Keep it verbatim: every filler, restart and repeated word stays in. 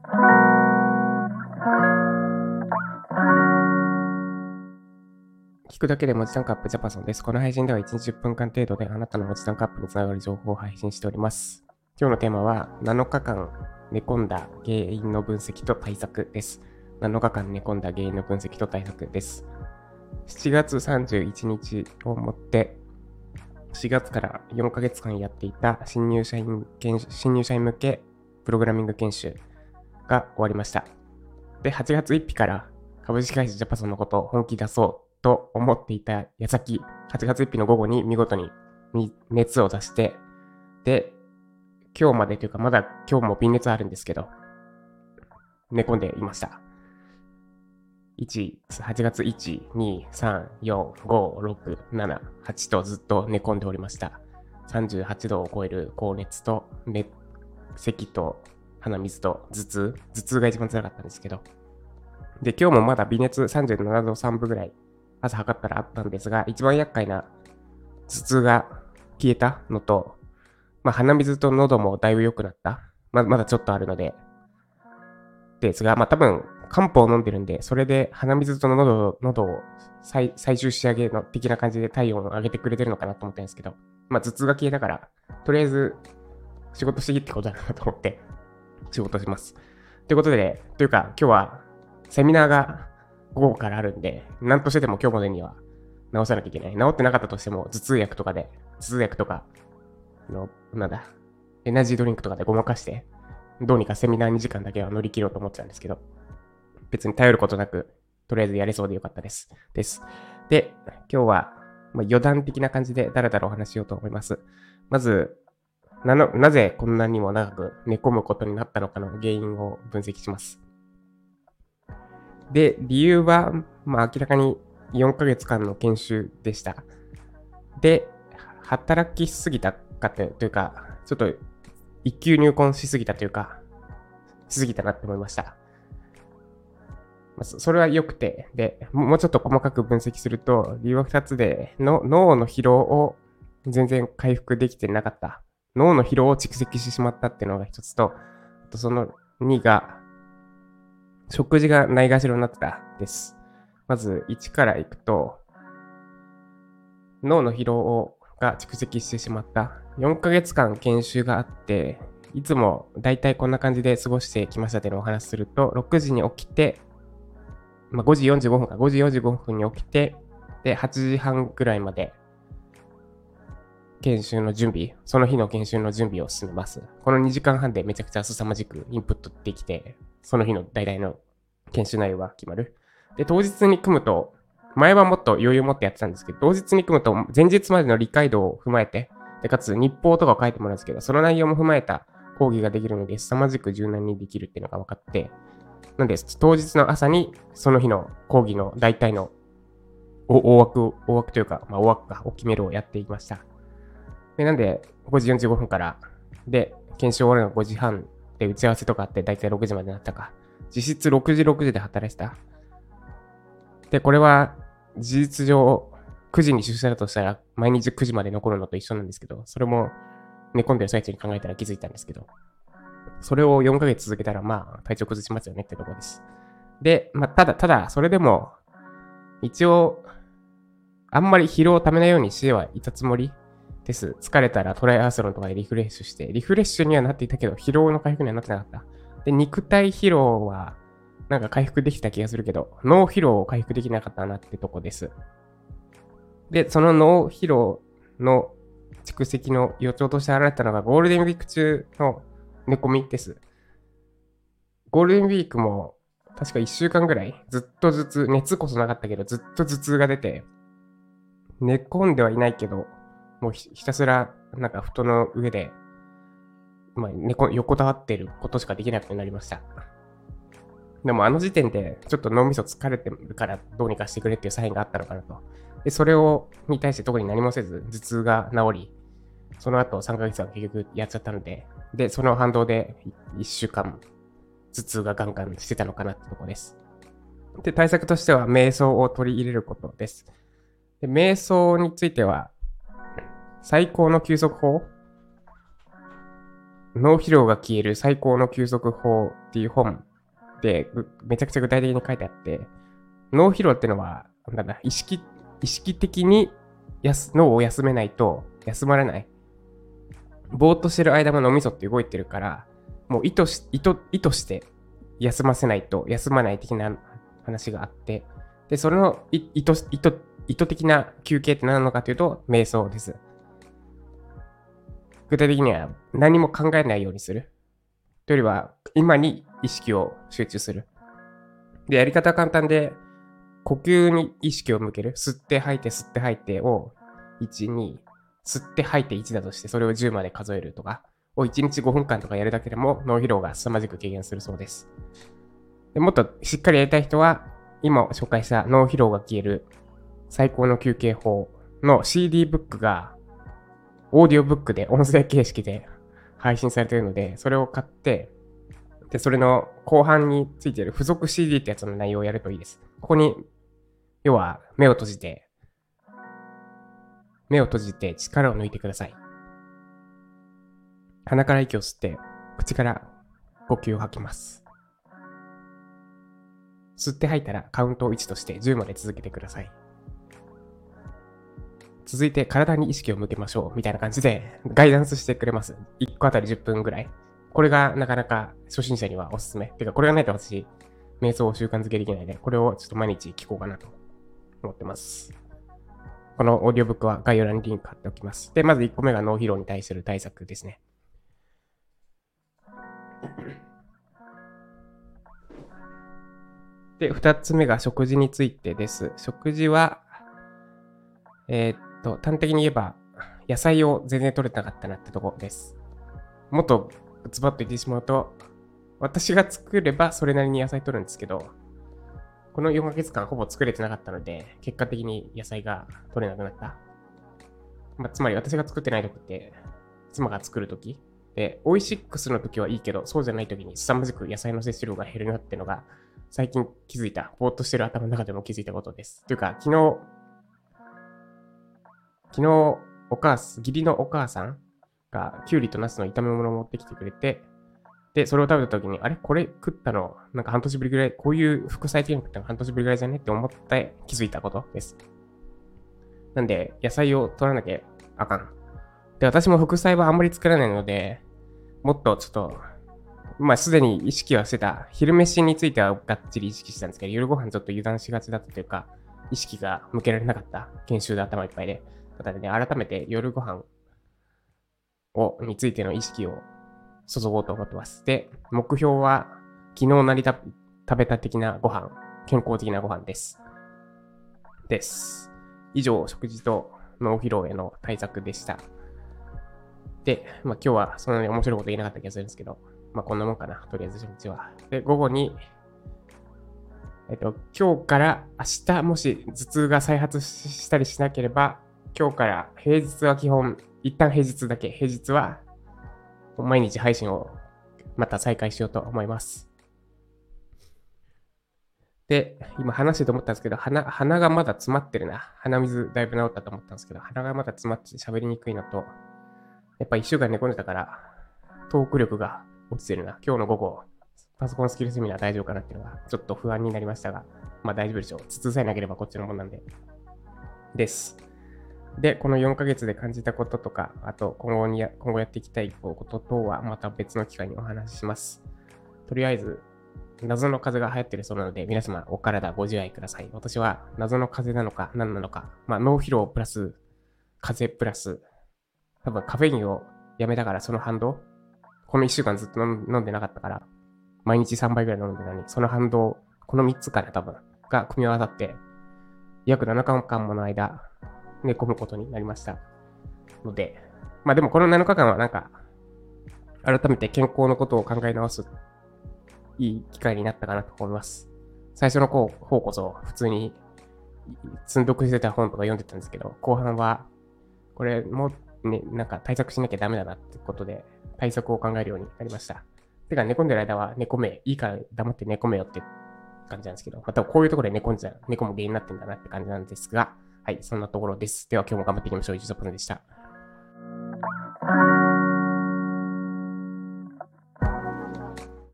聞くだけで文字タンクアップジャパソンです。この配信ではいちにちじゅっぷんかん程度であなたの文字タンクアップにつながる情報を配信しております。今日のテーマはなのかかん寝込んだ原因の分析と対策です。なのかかん寝込んだ原因の分析と対策です。しちがつさんじゅういちにちをもってしがつからよんかげつかんやっていた新入社員研修、新入社員向けプログラミング研修が終わりました。で、はちがつついたちから株式会社ジャパソンのことを本気出そうと思っていた矢先、はちがつついたちの午後に見事に熱を出して、で、今日までというかまだ今日も微熱あるんですけど、寝込んでいました。はちがついち、に、さん、よん、ご、ろく、なな、はちとずっと寝込んでおりました。さんじゅうはちどを超える高熱と、ね、咳と鼻水と頭痛、頭痛が一番辛かったんですけど。で、今日もまだ微熱さんじゅうななどさんぶぐらい朝測ったらあったんですが、一番厄介な頭痛が消えたのと、まあ鼻水と喉もだいぶ良くなった。ま, まだちょっとあるので。ですが、まあ多分漢方を飲んでるんで、それで鼻水と喉, 喉を 再, 最終仕上げの的な感じで体温を上げてくれてるのかなと思ったんですけど、まあ頭痛が消えたから、とりあえず仕事していいってことだなと思って仕事します。ということで、というか今日はセミナーが午後からあるんで、なんとしてでも今日までには治さなきゃいけない。治ってなかったとしても頭痛薬とかで、頭痛薬とかの、なんだ、エナジードリンクとかでごまかして、どうにかセミナーにじかんだけは乗り切ろうと思ってたんですけど、別に頼ることなく、とりあえずやれそうでよかったです。です。で、今日は、まあ、余談的な感じでだらだらお話ししようと思います。まず、なの、なぜこんなにも長く寝込むことになったのかの原因を分析します。で、理由は、まあ明らかによんかげつかんの研修でした。で、働きすぎたかというか、ちょっと一級入魂しすぎたというか、しすぎたなって思いました。それは良くて、で、もうちょっと細かく分析すると、理由はふたつで、の脳の疲労を全然回復できてなかった。脳の疲労を蓄積してしまったっていうのがひとつと、あとそのにが、食事がないがしろになってたです。まずいちからいくと、脳の疲労をが蓄積してしまった。よんかげつかん研修があって、いつもだいたいこんな感じで過ごしてきましたというのをお話しすると、ろくじに起きて、まあ、ごじよんじゅうごふんか、ごじよんじゅうごふんに起きて、で、はちじはんぐらいまで、研修の準備、その日の研修の準備を進めます。このにじかんはんでめちゃくちゃ凄まじくインプットできて、その日の大体の研修内容が決まる。で、当日に組むと、前はもっと余裕を持ってやってたんですけど、当日に組むと前日までの理解度を踏まえて、で、かつ日報とかを書いてもらうんですけど、その内容も踏まえた講義ができるので、凄まじく柔軟にできるっていうのが分かって、なんで、当日の朝にその日の講義の大体の大枠、大枠というか、まあ大枠か、大きめるをやっていました。で、なんで、ごじよんじゅうごふんから、で、研修終わるのがごじはんで打ち合わせとかあって、だいたいろくじまでになったか。実質ろくじろくじで働いてた。で、これは事実上くじに出社だとしたら毎日くじまで残るのと一緒なんですけど、それも寝込んでる最中に考えたら気づいたんですけど、それをよんかげつ続けたらまあ体調崩しますよねってところです。で、まあただ、ただそれでも一応あんまり疲労をためないようにしてはいたつもりです。疲れたらトライアスロンとかでリフレッシュして、リフレッシュにはなっていたけど疲労の回復にはなってなかった。で、肉体疲労はなんか回復できた気がするけど、脳疲労を回復できなかったなってとこです。で、その脳疲労の蓄積の予兆として現れたのがゴールデンウィーク中の寝込みです。ゴールデンウィークも確かいっしゅうかんぐらいずっと頭痛、熱こそなかったけどずっと頭痛が出て、寝込んではいないけど、もう ひ, ひたすらなんか布団の上で、まあ、寝こ横たわっていることしかできなくなりました。でもあの時点でちょっと脳みそ疲れてるからどうにかしてくれっていうサインがあったのかなと。で、それをに対して特に何もせず頭痛が治り、その後さんかげつは結局やっちゃったので、で、その反動でいっしゅうかん頭痛がガンガンしてたのかなってとこです。で、対策としては瞑想を取り入れることです。で、瞑想については最高の休息法脳疲労が消える最高の休息法っていう本でめちゃくちゃ具体的に書いてあって、脳疲労ってのは、なんだ、意識、意識的にやす脳を休めないと休まらない。ぼーっとしてる間も脳みそって動いてるから、もう意図し、意図、意図して休ませないと休まない的な話があって、で、それの意図、意図、意図的な休憩って何なのかというと、瞑想です。具体的には何も考えないようにする。というよりは、今に意識を集中する。で、やり方は簡単で、呼吸に意識を向ける。吸って吐いて吸って吐いてをいち、に、吸って吐いていちだとして、それをじゅうまで数えるとかをいちにちごふんかんとかやるだけでも脳疲労が凄まじく軽減するそうです。でもっとしっかりやりたい人は、今紹介した脳疲労が消える最高の休憩法の シーディー ブックがオーディオブックで音声形式で配信されているので、それを買って、で、それの後半についている付属 シーディー ってやつの内容をやるといいです。ここに、要は目を閉じて、目を閉じて力を抜いてください。鼻から息を吸って、口から呼吸を吐きます。吸って吐いたらカウントをいちとしてじゅうまで続けてください。続いて体に意識を向けましょうみたいな感じでガイダンスしてくれます。いっこあたりじゅっぷんぐらい。これがなかなか初心者にはおすすめ。てかこれがないと私、瞑想を習慣づけできないので、これをちょっと毎日聞こうかなと思ってます。このオーディオブックは概要欄にリンク貼っておきます。で、まずいっこめが脳疲労に対する対策ですね。で、ふたつめが食事についてです。食事は、えー、っと、端的に言えば、野菜を全然取れてなかったなってとこです。もっとズバッと言ってしまうと、私が作ればそれなりに野菜取るんですけど、このよんかげつかんほぼ作れてなかったので、結果的に野菜が取れなくなった。まあ、つまり私が作ってない時って、妻が作る時で、オイシックスの時はいいけど、そうじゃない時に凄まじく野菜の摂取量が減るなってのが、最近気づいた、ぼーっとしてる頭の中でも気づいたことです。というか、昨日、昨日、お母さん、義理のお母さんがキュウリとナスの炒め物を持ってきてくれて、で、それを食べたときに、あれこれ食ったの、なんか半年ぶりぐらい、こういう副菜的に食ったの半年ぶりぐらいじゃねって思って気づいたことです。なんで、野菜を取らなきゃあかん。で、私も副菜はあんまり作らないので、もっとちょっと、まあすでに意識はしてた。昼飯についてはがっちり意識したんですけど、夜ご飯ちょっと油断しがちだったというか、意識が向けられなかった。研修で頭いっぱいで。だからね、改めて夜ご飯を、についての意識を注ごうと思ってます。で、目標は、昨日なりた食べた的なご飯、健康的なご飯です。です。以上、食事と脳疲労への対策でした。で、まあ今日はそんなに面白いこと言えなかった気がするんですけど、まあこんなもんかな、とりあえず初日は。で、午後に、えっと、今日から明日もし頭痛が再発したりしなければ、今日から平日は基本、一旦平日だけ、平日は毎日配信をまた再開しようと思います。で、今話してと思ったんですけど、鼻、鼻がまだ詰まってるな。鼻水だいぶ治ったと思ったんですけど、鼻がまだ詰まって喋りにくいのと、やっぱ一週間寝込んでたから、トーク力が落ちてるな。今日の午後、パソコンスキルセミナー大丈夫かなっていうのがちょっと不安になりましたが、まあ大丈夫でしょう。頭痛さえなければこっちのもんなんで。です。で、このよんかげつで感じたこととか、あと今後にや、今後やっていきたいこと等はまた別の機会にお話しします。とりあえず、謎の風邪が流行ってるそうなので、皆様お体ご自愛ください。私は謎の風邪なのか何なのか、まあ脳疲労プラス、風邪プラス、多分カフェインをやめたからその反動、このいっしゅうかんずっと飲んでなかったから、毎日さんばいぐらい飲んでたのに、その反動、このみっつかな多分、が組み合わさって、約ななかかんもの間、寝込むことになりました。ので、まあでもこのなのかかんはなんか、改めて健康のことを考え直す、いい機会になったかなと思います。最初の方こそ普通に積んどくしてた本とか読んでたんですけど、後半は、これもうね、なんか対策しなきゃダメだなってことで、対策を考えるようになりました。てか寝込んでる間は寝込め、いいから黙って寝込めよって感じなんですけど、またこういうところで寝込んじゃう、寝込む原因になってんだなって感じなんですが、はい、そんなところです。では今日も頑張っていきましょう。以上、ザポンでした。